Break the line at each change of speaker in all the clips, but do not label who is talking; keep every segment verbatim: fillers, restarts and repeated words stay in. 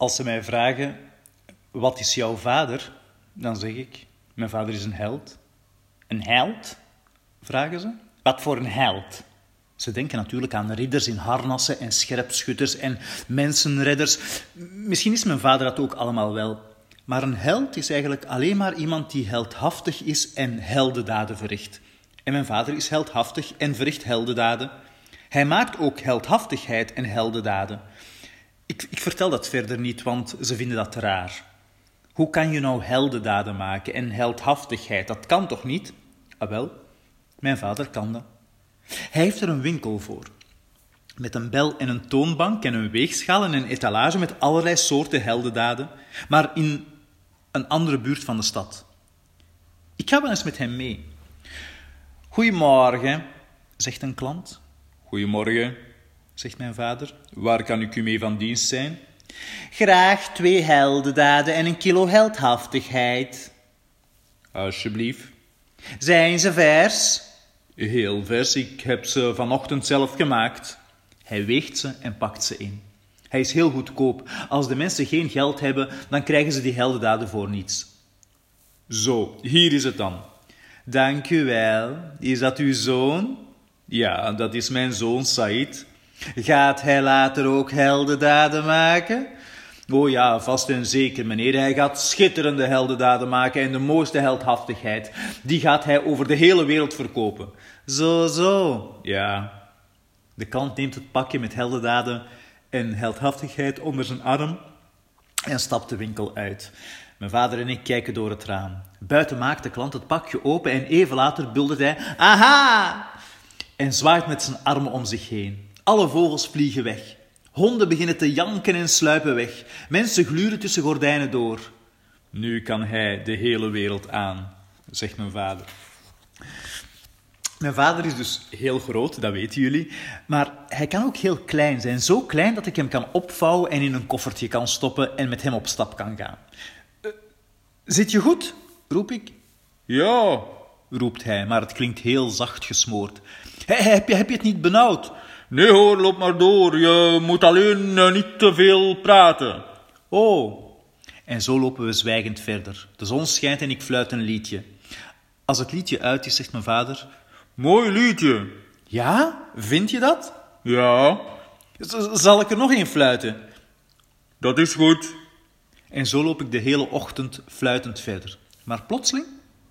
Als ze mij vragen, wat is jouw vader? Dan zeg ik, mijn vader is een held. Een held? Vragen ze. Wat voor een held? Ze denken natuurlijk aan ridders in harnassen en scherpschutters en mensenredders. Misschien is mijn vader dat ook allemaal wel. Maar een held is eigenlijk alleen maar iemand die heldhaftig is en heldendaden verricht. En mijn vader is heldhaftig en verricht heldendaden. Hij maakt ook heldhaftigheid en heldendaden. Ik, ik vertel dat verder niet, want ze vinden dat raar. Hoe kan je nou heldendaden maken en heldhaftigheid? Dat kan toch niet? Ah wel, mijn vader kan dat. Hij heeft er een winkel voor. Met een bel en een toonbank en een weegschaal en een etalage met allerlei soorten heldendaden. Maar in een andere buurt van de stad. Ik ga wel eens met hem mee. Goedemorgen, zegt een klant. Goedemorgen, zegt mijn vader. Waar kan ik u mee van dienst zijn? Graag twee heldendaden en een kilo heldhaftigheid. Alsjeblieft. Zijn ze vers? Heel vers, ik heb ze vanochtend zelf gemaakt. Hij weegt ze en pakt ze in. Hij is heel goedkoop. Als de mensen geen geld hebben, dan krijgen ze die heldendaden voor niets. Zo, hier is het dan. Dank u wel. Is dat uw zoon? Ja, dat is mijn zoon Said. Gaat hij later ook heldendaden maken? Oh ja, vast en zeker, meneer. Hij gaat schitterende heldendaden maken en de mooiste heldhaftigheid. Die gaat hij over de hele wereld verkopen. Zo, zo. Ja. De klant neemt het pakje met heldendaden en heldhaftigheid onder zijn arm en stapt de winkel uit. Mijn vader en ik kijken door het raam. Buiten maakt de klant het pakje open en even later buldert hij... Aha! En zwaait met zijn armen om zich heen. Alle vogels vliegen weg. Honden beginnen te janken en sluipen weg. Mensen gluren tussen gordijnen door. Nu kan hij de hele wereld aan, zegt mijn vader. Mijn vader is dus heel groot, dat weten jullie. Maar hij kan ook heel klein zijn. Zo klein dat ik hem kan opvouwen en in een koffertje kan stoppen en met hem op stap kan gaan. Uh, zit je goed? Roep ik. Ja, roept hij, maar het klinkt heel zacht gesmoord. Hey, heb, je, heb je het niet benauwd? Nee hoor, loop maar door. Je moet alleen uh, niet te veel praten. Oh. En zo lopen we zwijgend verder. De zon schijnt en ik fluit een liedje. Als het liedje uit is, zegt mijn vader... Mooi liedje. Ja? Vind je dat? Ja. Z- zal ik er nog een fluiten? Dat is goed. En zo loop ik de hele ochtend fluitend verder. Maar plotseling...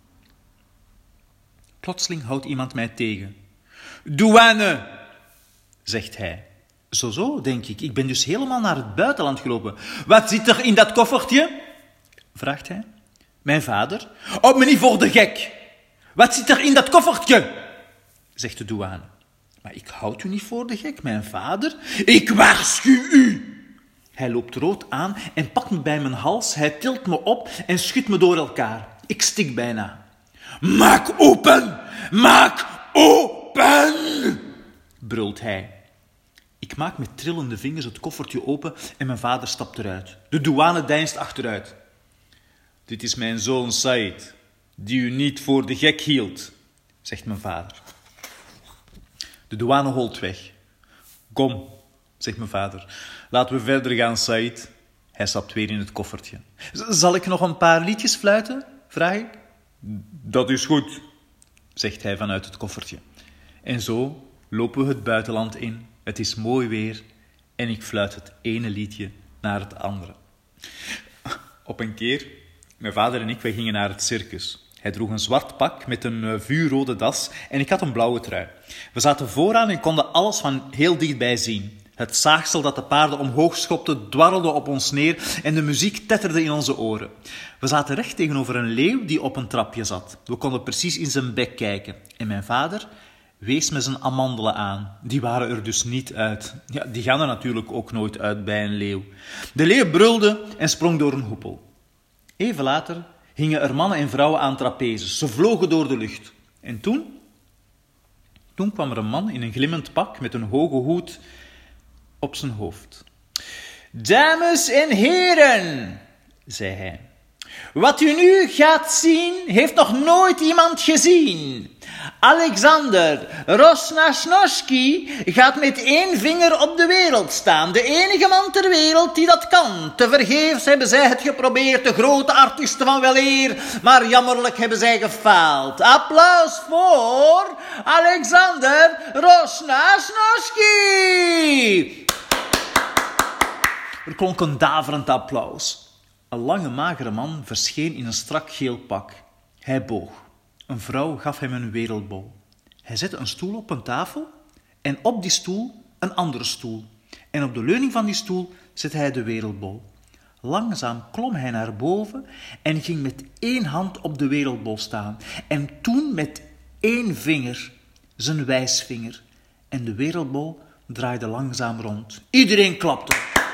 Plotseling houdt iemand mij tegen. Douane, zegt hij. Zo, zo, denk ik. Ik ben dus helemaal naar het buitenland gelopen. Wat zit er in dat koffertje? Vraagt hij. Mijn vader. Houd me niet voor de gek. Wat zit er in dat koffertje? Zegt de douane. Maar ik houd u niet voor de gek, mijn vader. Ik waarschuw u. Hij loopt rood aan en pakt me bij mijn hals. Hij tilt me op en schudt me door elkaar. Ik stik bijna. Maak open! Maak open! Brult hij. Ik maak met trillende vingers het koffertje open en mijn vader stapt eruit. De douane deinst achteruit. Dit is mijn zoon Said, die u niet voor de gek hield, zegt mijn vader. De douane holt weg. Kom, zegt mijn vader. Laten we verder gaan, Said. Hij stapt weer in het koffertje. Zal ik nog een paar liedjes fluiten? Vraag ik. Dat is goed, zegt hij vanuit het koffertje. En zo lopen we het buitenland in. Het is mooi weer en ik fluit het ene liedje naar het andere. Op een keer, mijn vader en ik, wij gingen naar het circus. Hij droeg een zwart pak met een vuurrode das en ik had een blauwe trui. We zaten vooraan en konden alles van heel dichtbij zien. Het zaagsel dat de paarden omhoog schopte dwarrelde op ons neer en de muziek tetterde in onze oren. We zaten recht tegenover een leeuw die op een trapje zat. We konden precies in zijn bek kijken. En mijn vader wees me zijn amandelen aan. Die waren er dus niet uit. Ja, die gaan er natuurlijk ook nooit uit bij een leeuw. De leeuw brulde en sprong door een hoepel. Even later hingen er mannen en vrouwen aan trapezes. Ze vlogen door de lucht. En toen? Toen kwam er een man in een glimmend pak met een hoge hoed op zijn hoofd. Dames en heren, zei hij. Wat u nu gaat zien, heeft nog nooit iemand gezien. Alexander Rosnasnoski gaat met één vinger op de wereld staan. De enige man ter wereld die dat kan. Tevergeefs hebben zij het geprobeerd, de grote artiesten van weleer, maar jammerlijk hebben zij gefaald. Applaus voor Alexander Rosnasnoski! Er klonk een daverend applaus. Een lange, magere man verscheen in een strak geel pak. Hij boog. Een vrouw gaf hem een wereldbol. Hij zette een stoel op een tafel en op die stoel een andere stoel. En op de leuning van die stoel zette hij de wereldbol. Langzaam klom hij naar boven en ging met één hand op de wereldbol staan. En toen met één vinger, zijn wijsvinger. En de wereldbol draaide langzaam rond. Iedereen klapte.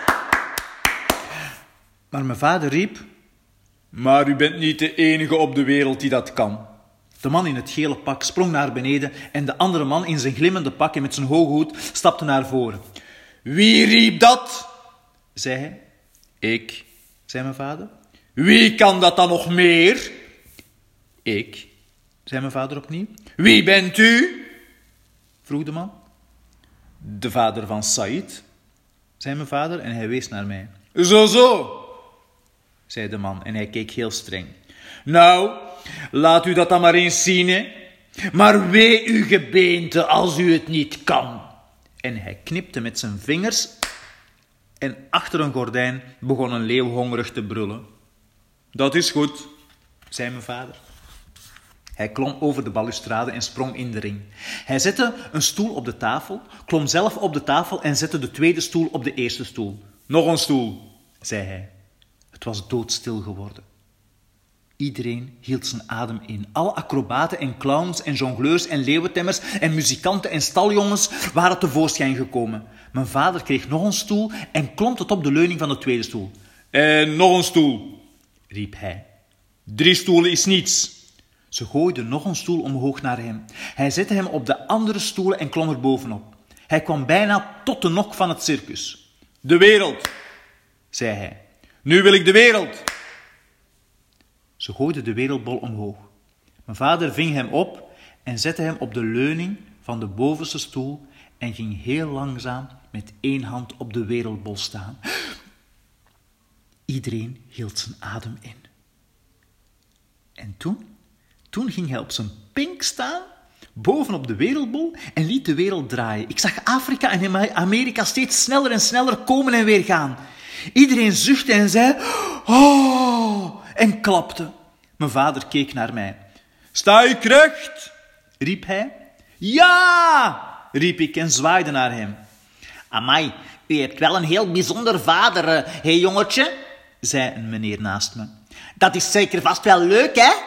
Maar mijn vader riep: maar u bent niet de enige op de wereld die dat kan. De man in het gele pak sprong naar beneden en de andere man in zijn glimmende pak en met zijn hoge hoed stapte naar voren. Wie riep dat? Zei hij. Ik, zei mijn vader. Wie kan dat dan nog meer? Ik, zei mijn vader opnieuw. Wie bent u? Vroeg de man. De vader van Saïd, zei mijn vader en hij wees naar mij. Zo, zo, zei de man en hij keek heel streng. Nou, laat u dat dan maar eens zien, hè. Maar wee uw gebeente als u het niet kan. En hij knipte met zijn vingers en achter een gordijn begon een leeuw hongerig te brullen. Dat is goed, zei mijn vader. Hij klom over de balustrade en sprong in de ring. Hij zette een stoel op de tafel, klom zelf op de tafel en zette de tweede stoel op de eerste stoel. Nog een stoel, zei hij. Het was doodstil geworden. Iedereen hield zijn adem in. Alle acrobaten en clowns en jongleurs en leeuwentemmers en muzikanten en staljongens waren tevoorschijn gekomen. Mijn vader kreeg nog een stoel en klom tot op de leuning van de tweede stoel. En nog een stoel, riep hij. Drie stoelen is niets. Ze gooiden nog een stoel omhoog naar hem. Hij zette hem op de andere stoelen en klom er bovenop. Hij kwam bijna tot de nok van het circus. De wereld, zei hij. Nu wil ik de wereld. Ze gooiden de wereldbol omhoog. Mijn vader ving hem op en zette hem op de leuning van de bovenste stoel en ging heel langzaam met één hand op de wereldbol staan. Iedereen hield zijn adem in. En toen, toen ging hij op zijn pink staan, bovenop de wereldbol, en liet de wereld draaien. Ik zag Afrika en Amerika steeds sneller en sneller komen en weer gaan. Iedereen zuchtte en zei, oh, en klapte. Mijn vader keek naar mij. Sta ik recht? Riep hij. Ja, riep ik en zwaaide naar hem. Amai, u hebt wel een heel bijzonder vader, hé hey, jongetje, zei een meneer naast me. Dat is zeker vast wel leuk, hè?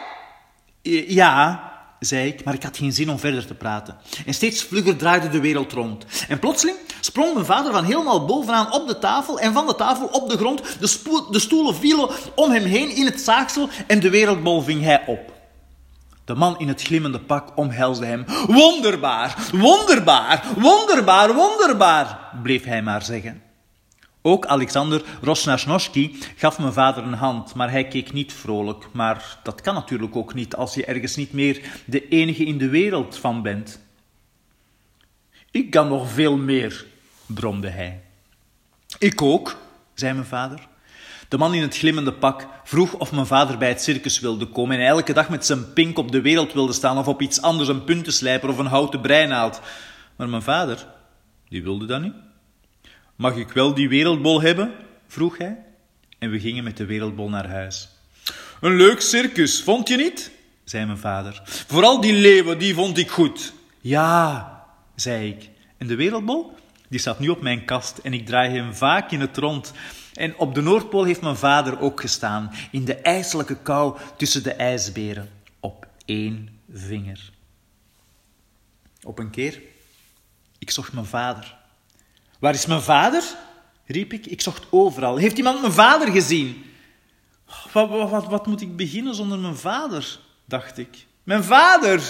Ja, zei ik, maar ik had geen zin om verder te praten. En steeds vlugger draaide de wereld rond. En plotseling sprong mijn vader van helemaal bovenaan op de tafel en van de tafel op de grond. De, spoel, de stoelen vielen om hem heen in het zaagsel en de wereldbol ving hij op. De man in het glimmende pak omhelsde hem. Wonderbaar, wonderbaar, wonderbaar, wonderbaar, bleef hij maar zeggen. Ook Alexander Rosnasnoski gaf mijn vader een hand, maar hij keek niet vrolijk. Maar dat kan natuurlijk ook niet als je ergens niet meer de enige in de wereld van bent. Ik kan nog veel meer, bromde hij. Ik ook, zei mijn vader. De man in het glimmende pak vroeg of mijn vader bij het circus wilde komen en elke dag met zijn pink op de wereld wilde staan of op iets anders, een puntenslijper of een houten breinaald. Maar mijn vader, die wilde dat niet. Mag ik wel die wereldbol hebben? Vroeg hij. En we gingen met de wereldbol naar huis. Een leuk circus, vond je niet? Zei mijn vader. Vooral die leeuwen, die vond ik goed. Ja, zei ik. En de wereldbol? Die staat nu op mijn kast en ik draai hem vaak in het rond. En op de Noordpool heeft mijn vader ook gestaan, in de ijselijke kou tussen de ijsberen, op één vinger. Op een keer, ik zocht mijn vader. Waar is mijn vader? Riep ik. Ik zocht overal. Heeft iemand mijn vader gezien? Wat, wat, wat, wat moet ik beginnen zonder mijn vader? Dacht ik. Mijn vader!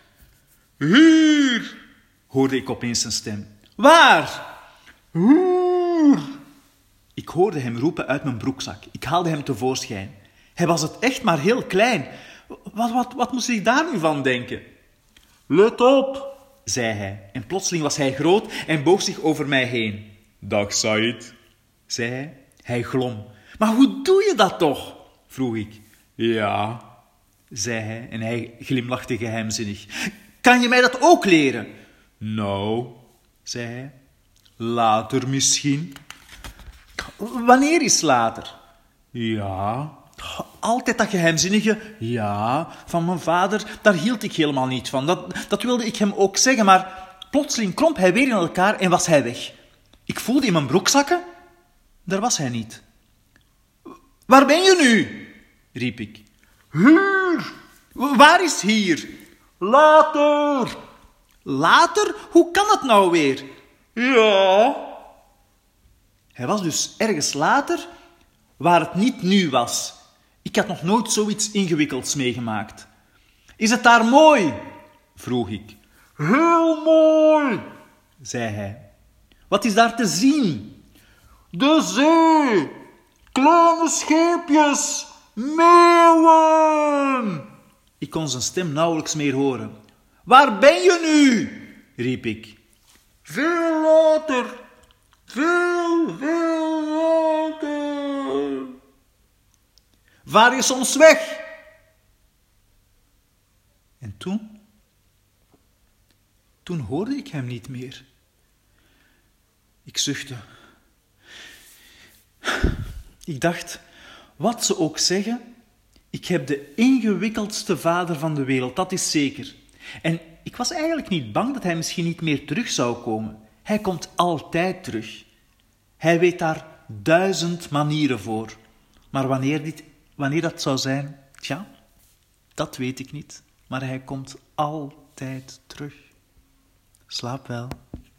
Hier! Hoorde ik opeens een stem. Waar? Hier! Ik hoorde hem roepen uit mijn broekzak. Ik haalde hem tevoorschijn. Hij was het echt maar heel klein. Wat, wat, wat moest ik daar nu van denken? Let op, zei hij. En plotseling was hij groot en boog zich over mij heen. Dag, Said, zei hij. Hij glom. Maar hoe doe je dat toch? Vroeg ik. Ja, zei hij en hij glimlachte geheimzinnig. Kan je mij dat ook leren? Nou, zei hij. Later misschien. Wanneer is later? Ja. Altijd dat geheimzinnige ja van mijn vader, daar hield ik helemaal niet van. Dat, dat wilde ik hem ook zeggen, maar plotseling kromp hij weer in elkaar en was hij weg. Ik voelde in mijn broekzakken. Daar was hij niet. Waar ben je nu? Riep ik. Hier. Waar is hier? Later. Later? Hoe kan het nou weer? Ja. Hij was dus ergens later, waar het niet nu was. Ik had nog nooit zoiets ingewikkelds meegemaakt. Is het daar mooi? Vroeg ik. Heel mooi, zei hij. Wat is daar te zien? De zee, kleine scheepjes, meeuwen. Ik kon zijn stem nauwelijks meer horen. Waar ben je nu? Riep ik. Veel later, veel, veel later. Vaar je soms weg? En toen? Toen hoorde ik hem niet meer. Ik zuchtte. Ik dacht, wat ze ook zeggen, ik heb de ingewikkeldste vader van de wereld, dat is zeker. En ik was eigenlijk niet bang dat hij misschien niet meer terug zou komen. Hij komt altijd terug. Hij weet daar duizend manieren voor. Maar wanneer, dit, wanneer dat zou zijn, tja, dat weet ik niet. Maar hij komt altijd terug. Slaap wel.